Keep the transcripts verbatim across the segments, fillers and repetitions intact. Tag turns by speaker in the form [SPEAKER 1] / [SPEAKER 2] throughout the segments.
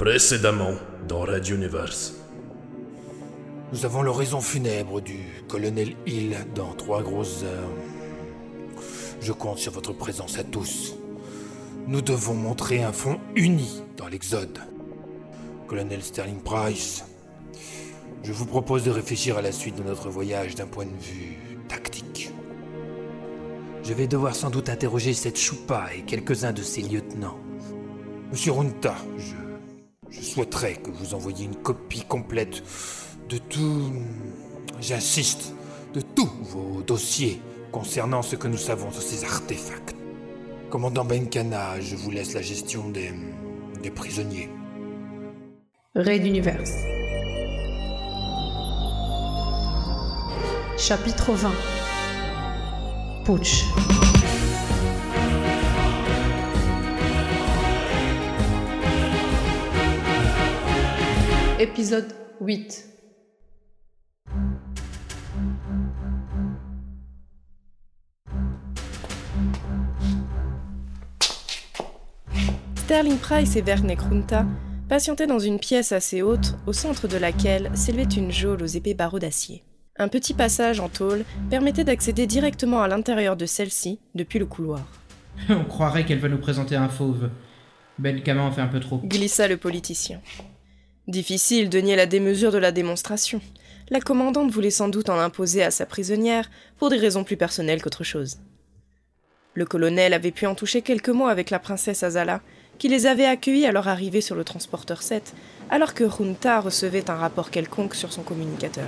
[SPEAKER 1] Précédemment, dans Red Universe.
[SPEAKER 2] Nous avons l'oraison funèbre du colonel Hill dans trois grosses heures. Je compte sur votre présence à tous. Nous devons montrer un front uni dans l'Exode. Colonel Sterling Price, je vous propose de réfléchir à la suite de notre voyage d'un point de vue tactique. Je vais devoir sans doute interroger cette Choupa et quelques-uns de ses lieutenants. Monsieur Runta, je, je souhaiterais que vous envoyiez une copie complète de tout... J'insiste, de tous vos dossiers concernant ce que nous savons sur ces artefacts. Commandant Benkana, je vous laisse la gestion des, des prisonniers.
[SPEAKER 3] Red Universe. Chapitre vingt. Putsch. Épisode huit.
[SPEAKER 4] Sterling Price et Vernek Runta patientaient dans une pièce assez haute, au centre de laquelle s'élevait une geôle aux épais barreaux d'acier. Un petit passage en tôle permettait d'accéder directement à l'intérieur de celle-ci, depuis le couloir.
[SPEAKER 5] On croirait qu'elle va nous présenter un fauve. Benkana en fait un peu trop.
[SPEAKER 4] Glissa le politicien. Difficile de nier la démesure de la démonstration. La commandante voulait sans doute en imposer à sa prisonnière pour des raisons plus personnelles qu'autre chose. Le colonel avait pu en toucher quelques mots avec la princesse Azala, qui les avait accueillis à leur arrivée sur le transporteur sept, alors que Runta recevait un rapport quelconque sur son communicateur.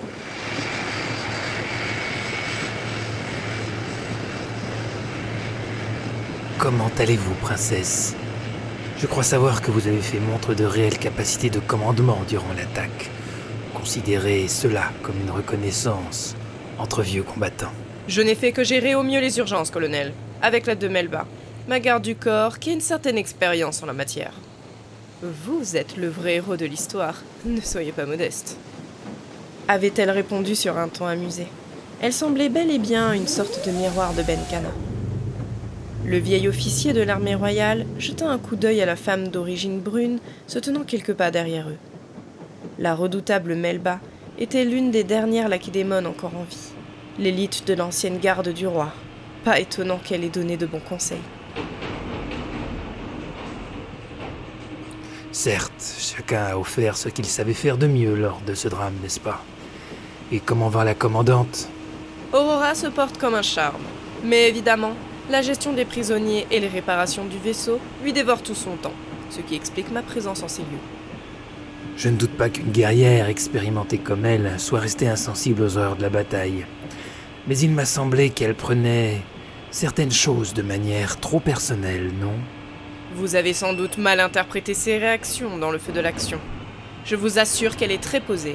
[SPEAKER 2] Comment allez-vous, princesse ? Je crois savoir que vous avez fait montre de réelles capacités de commandement durant l'attaque. Considérez cela comme une reconnaissance entre vieux combattants.
[SPEAKER 4] Je n'ai fait que gérer au mieux les urgences, colonel, avec l'aide de Melba, ma garde du corps qui a une certaine expérience en la matière. Vous êtes le vrai héros de l'histoire, ne soyez pas modeste. Avait-elle répondu sur un ton amusé. Elle semblait bel et bien une sorte de miroir de Benkana. Le vieil officier de l'armée royale jeta un coup d'œil à la femme d'origine brune se tenant quelques pas derrière eux. La redoutable Melba était l'une des dernières lacédémones encore en vie, l'élite de l'ancienne garde du roi. Pas étonnant qu'elle ait donné de bons conseils.
[SPEAKER 2] Certes, chacun a offert ce qu'il savait faire de mieux lors de ce drame, n'est-ce pas ? Et comment va la commandante ?
[SPEAKER 4] Aurora se porte comme un charme, mais évidemment, la gestion des prisonniers et les réparations du vaisseau lui dévorent tout son temps, ce qui explique ma présence en ces lieux.
[SPEAKER 2] Je ne doute pas qu'une guerrière expérimentée comme elle soit restée insensible aux horreurs de la bataille. Mais il m'a semblé qu'elle prenait certaines choses de manière trop personnelle, non ?
[SPEAKER 4] Vous avez sans doute mal interprété ses réactions dans le feu de l'action. Je vous assure qu'elle est très posée.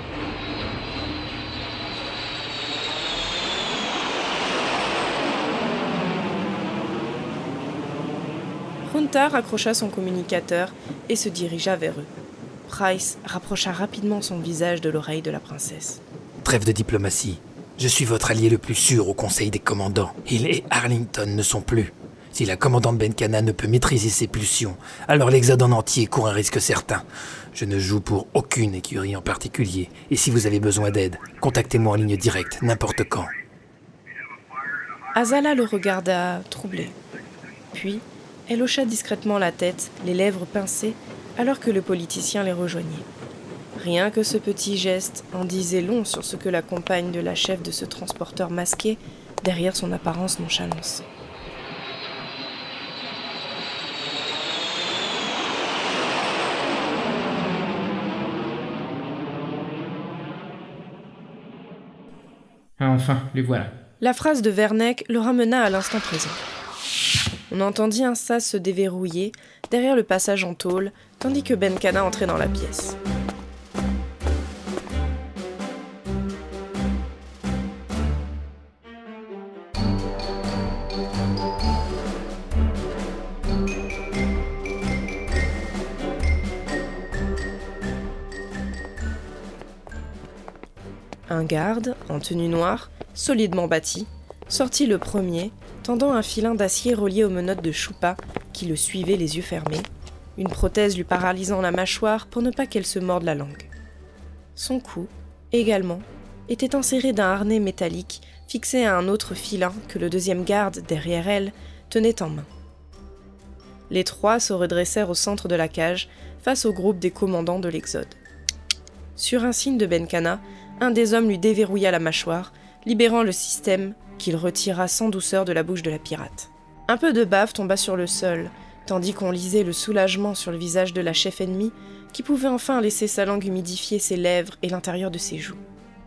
[SPEAKER 4] Runta raccrocha son communicateur et se dirigea vers eux. Price rapprocha rapidement son visage de l'oreille de la princesse.
[SPEAKER 2] Trêve de diplomatie. Je suis votre allié le plus sûr au conseil des commandants. Hill et Arlington ne sont plus. Si la commandante Benkana ne peut maîtriser ses pulsions, alors l'Exode en entier court un risque certain. Je ne joue pour aucune écurie en particulier. Et si vous avez besoin d'aide, contactez-moi en ligne directe, n'importe quand.
[SPEAKER 4] Azala le regarda, troublé. Puis, elle hocha discrètement la tête, les lèvres pincées, alors que le politicien les rejoignit. Rien que ce petit geste en disait long sur ce que la compagne de la chef de ce transporteur masquait derrière son apparence nonchalance.
[SPEAKER 5] Ah, enfin, les voilà.
[SPEAKER 4] La phrase de Vernek le ramena à l'instant présent. On entendit un sas se déverrouiller derrière le passage en tôle, tandis que Benkana entrait dans la pièce. Un garde, en tenue noire, solidement bâti, sortit le premier, tendant un filin d'acier relié aux menottes de Choupa, qui le suivait les yeux fermés, une prothèse lui paralysant la mâchoire pour ne pas qu'elle se morde la langue. Son cou, également, était enserré d'un harnais métallique fixé à un autre filin que le deuxième garde, derrière elle, tenait en main. Les trois se redressèrent au centre de la cage, face au groupe des commandants de l'Exode. Sur un signe de Benkana, un des hommes lui déverrouilla la mâchoire, libérant le système qu'il retira sans douceur de la bouche de la pirate. Un peu de bave tomba sur le sol, tandis qu'on lisait le soulagement sur le visage de la chef ennemie, qui pouvait enfin laisser sa langue humidifier ses lèvres et l'intérieur de ses joues.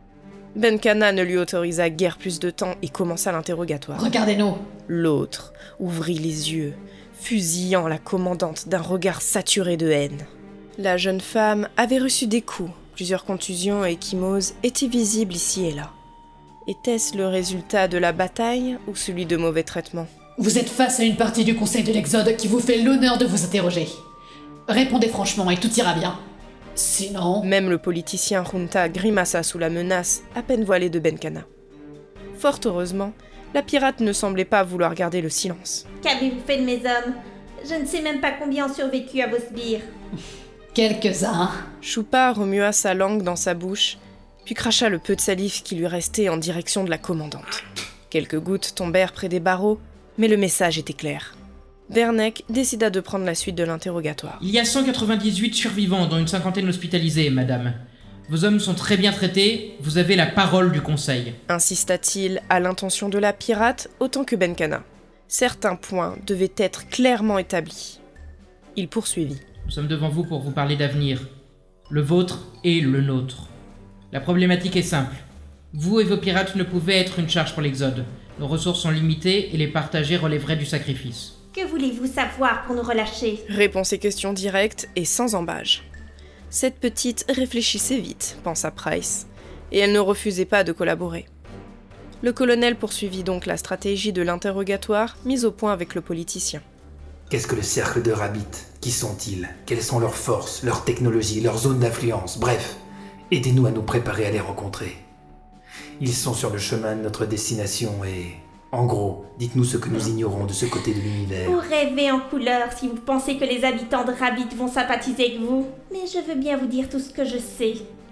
[SPEAKER 4] Benkana ne lui autorisa guère plus de temps et commença l'interrogatoire.
[SPEAKER 6] Regardez-nous.
[SPEAKER 4] L'autre ouvrit les yeux, fusillant la commandante d'un regard saturé de haine. La jeune femme avait reçu des coups, plusieurs contusions et ecchymoses étaient visibles ici et là. Était-ce le résultat de la bataille ou celui de mauvais traitements ?
[SPEAKER 6] Vous êtes face à une partie du Conseil de l'Exode qui vous fait l'honneur de vous interroger. Répondez franchement et tout ira bien. Sinon...
[SPEAKER 4] Même le politicien Junta grimaça sous la menace à peine voilée de Benkana. Fort heureusement, la pirate ne semblait pas vouloir garder le silence.
[SPEAKER 7] Qu'avez-vous fait de mes hommes ? Je ne sais même pas combien ont survécu à vos sbires.
[SPEAKER 6] Quelques-uns.
[SPEAKER 4] Choupa remua sa langue dans sa bouche, puis cracha le peu de salive qui lui restait en direction de la commandante. Quelques gouttes tombèrent près des barreaux, mais le message était clair. Vernek décida de prendre la suite de l'interrogatoire.
[SPEAKER 5] Il y a cent quatre-vingt-dix-huit survivants, dont une cinquantaine hospitalisés, madame. Vos hommes sont très bien traités, vous avez la parole du conseil.
[SPEAKER 4] Insista-t-il à l'intention de la pirate autant que Benkana. Certains points devaient être clairement établis. Il poursuivit.
[SPEAKER 5] Nous sommes devant vous pour vous parler d'avenir. Le vôtre et le nôtre. La problématique est simple. Vous et vos pirates ne pouvez être une charge pour l'Exode. Nos ressources sont limitées et les partager relèverait du sacrifice.
[SPEAKER 7] Que voulez-vous savoir pour nous relâcher ?
[SPEAKER 4] Répond ces questions directes et sans embâge. Cette petite réfléchissait vite, pensa Price, et elle ne refusait pas de collaborer. Le colonel poursuivit donc la stratégie de l'interrogatoire mise au point avec le politicien.
[SPEAKER 2] Qu'est-ce que le cercle de Rabbit ? Qui sont-ils ? Quelles sont leurs forces, leurs technologies, leurs zones d'influence ? Bref, aidez-nous à nous préparer à les rencontrer. Ils sont sur le chemin de notre destination et... En gros, dites-nous ce que nous ignorons de ce côté de l'univers.
[SPEAKER 7] Vous rêvez en couleur si vous pensez que les habitants de Rabbit vont sympathiser avec vous. Mais je veux bien vous dire tout ce que je sais.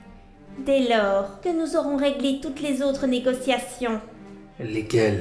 [SPEAKER 7] Dès lors que nous aurons réglé toutes les autres négociations.
[SPEAKER 2] Lesquelles ?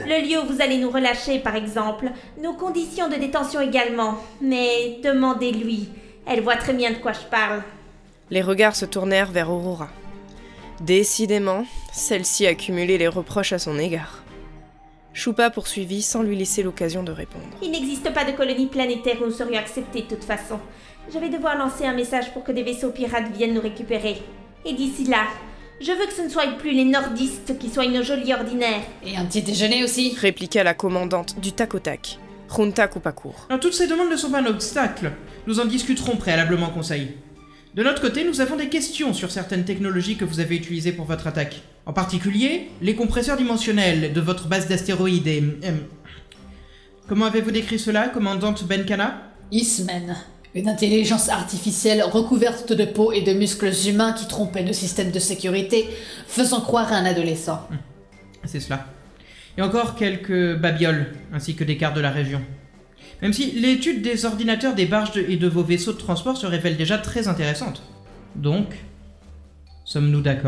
[SPEAKER 7] Le lieu où vous allez nous relâcher, par exemple. Nos conditions de détention également. Mais demandez-lui. Elle voit très bien de quoi je parle.
[SPEAKER 4] Les regards se tournèrent vers Aurora. Décidément, celle-ci accumulait les reproches à son égard. Choupa poursuivit sans lui laisser l'occasion de répondre.
[SPEAKER 7] Il n'existe pas de colonie planétaire où nous serions acceptés de toute façon. Je vais devoir lancer un message pour que des vaisseaux pirates viennent nous récupérer. Et d'ici là, je veux que ce ne soient plus les nordistes qui soient nos geôliers ordinaires.
[SPEAKER 6] Et un petit déjeuner aussi ?
[SPEAKER 4] Répliqua la commandante du tac au tac, Junta Kupakur.
[SPEAKER 5] Alors, toutes ces demandes ne sont pas un obstacle. Nous en discuterons préalablement au conseil. De notre côté, nous avons des questions sur certaines technologies que vous avez utilisées pour votre attaque. En particulier, les compresseurs dimensionnels de votre base d'astéroïdes et... Euh, comment avez-vous décrit cela, commandante Benkana ?
[SPEAKER 6] Ismen, une intelligence artificielle recouverte de peau et de muscles humains qui trompait nos systèmes de sécurité, faisant croire à un adolescent.
[SPEAKER 5] Hum, C'est cela. Et encore quelques babioles, ainsi que des cartes de la région. Même si l'étude des ordinateurs des barges de, et de vos vaisseaux de transport se révèle déjà très intéressante. Donc, sommes-nous d'accord ?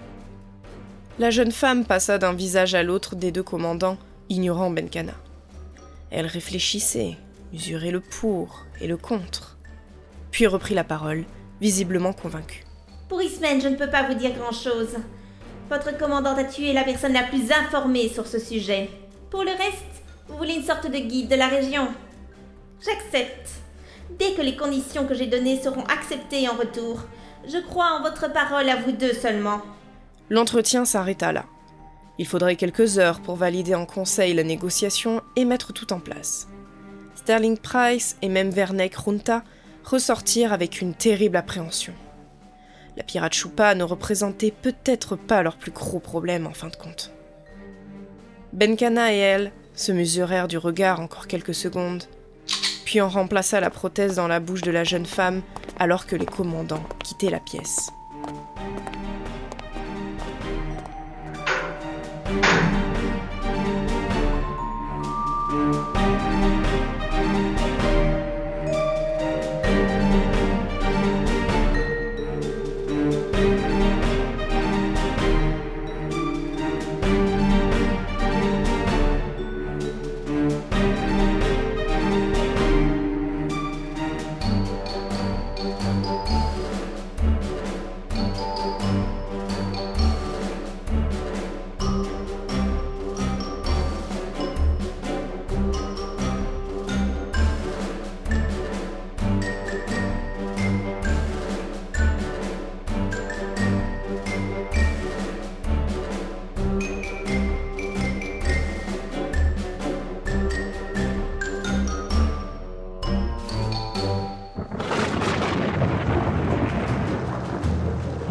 [SPEAKER 4] La jeune femme passa d'un visage à l'autre des deux commandants, ignorant Benkana. Elle réfléchissait, mesurait le pour et le contre, puis reprit la parole, visiblement convaincue.
[SPEAKER 7] Pour Ismen, je ne peux pas vous dire grand-chose. Votre commandante a tué la personne la plus informée sur ce sujet. Pour le reste, vous voulez une sorte de guide de la région ? J'accepte. Dès que les conditions que j'ai données seront acceptées en retour, je crois en votre parole à vous deux seulement.
[SPEAKER 4] L'entretien s'arrêta là. Il faudrait quelques heures pour valider en conseil la négociation et mettre tout en place. Sterling Price et même Vernek Junta ressortirent avec une terrible appréhension. La pirate Choupa ne représentait peut-être pas leur plus gros problème en fin de compte. Benkana et elle se mesurèrent du regard encore quelques secondes, puis on remplaça la prothèse dans la bouche de la jeune femme alors que les commandants quittaient la pièce.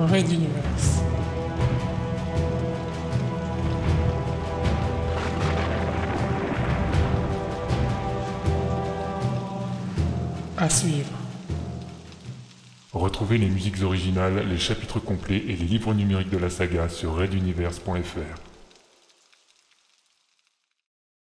[SPEAKER 8] Red Universe. À suivre.
[SPEAKER 9] Retrouvez les musiques originales, les chapitres complets et les livres numériques de la saga sur red universe point f r.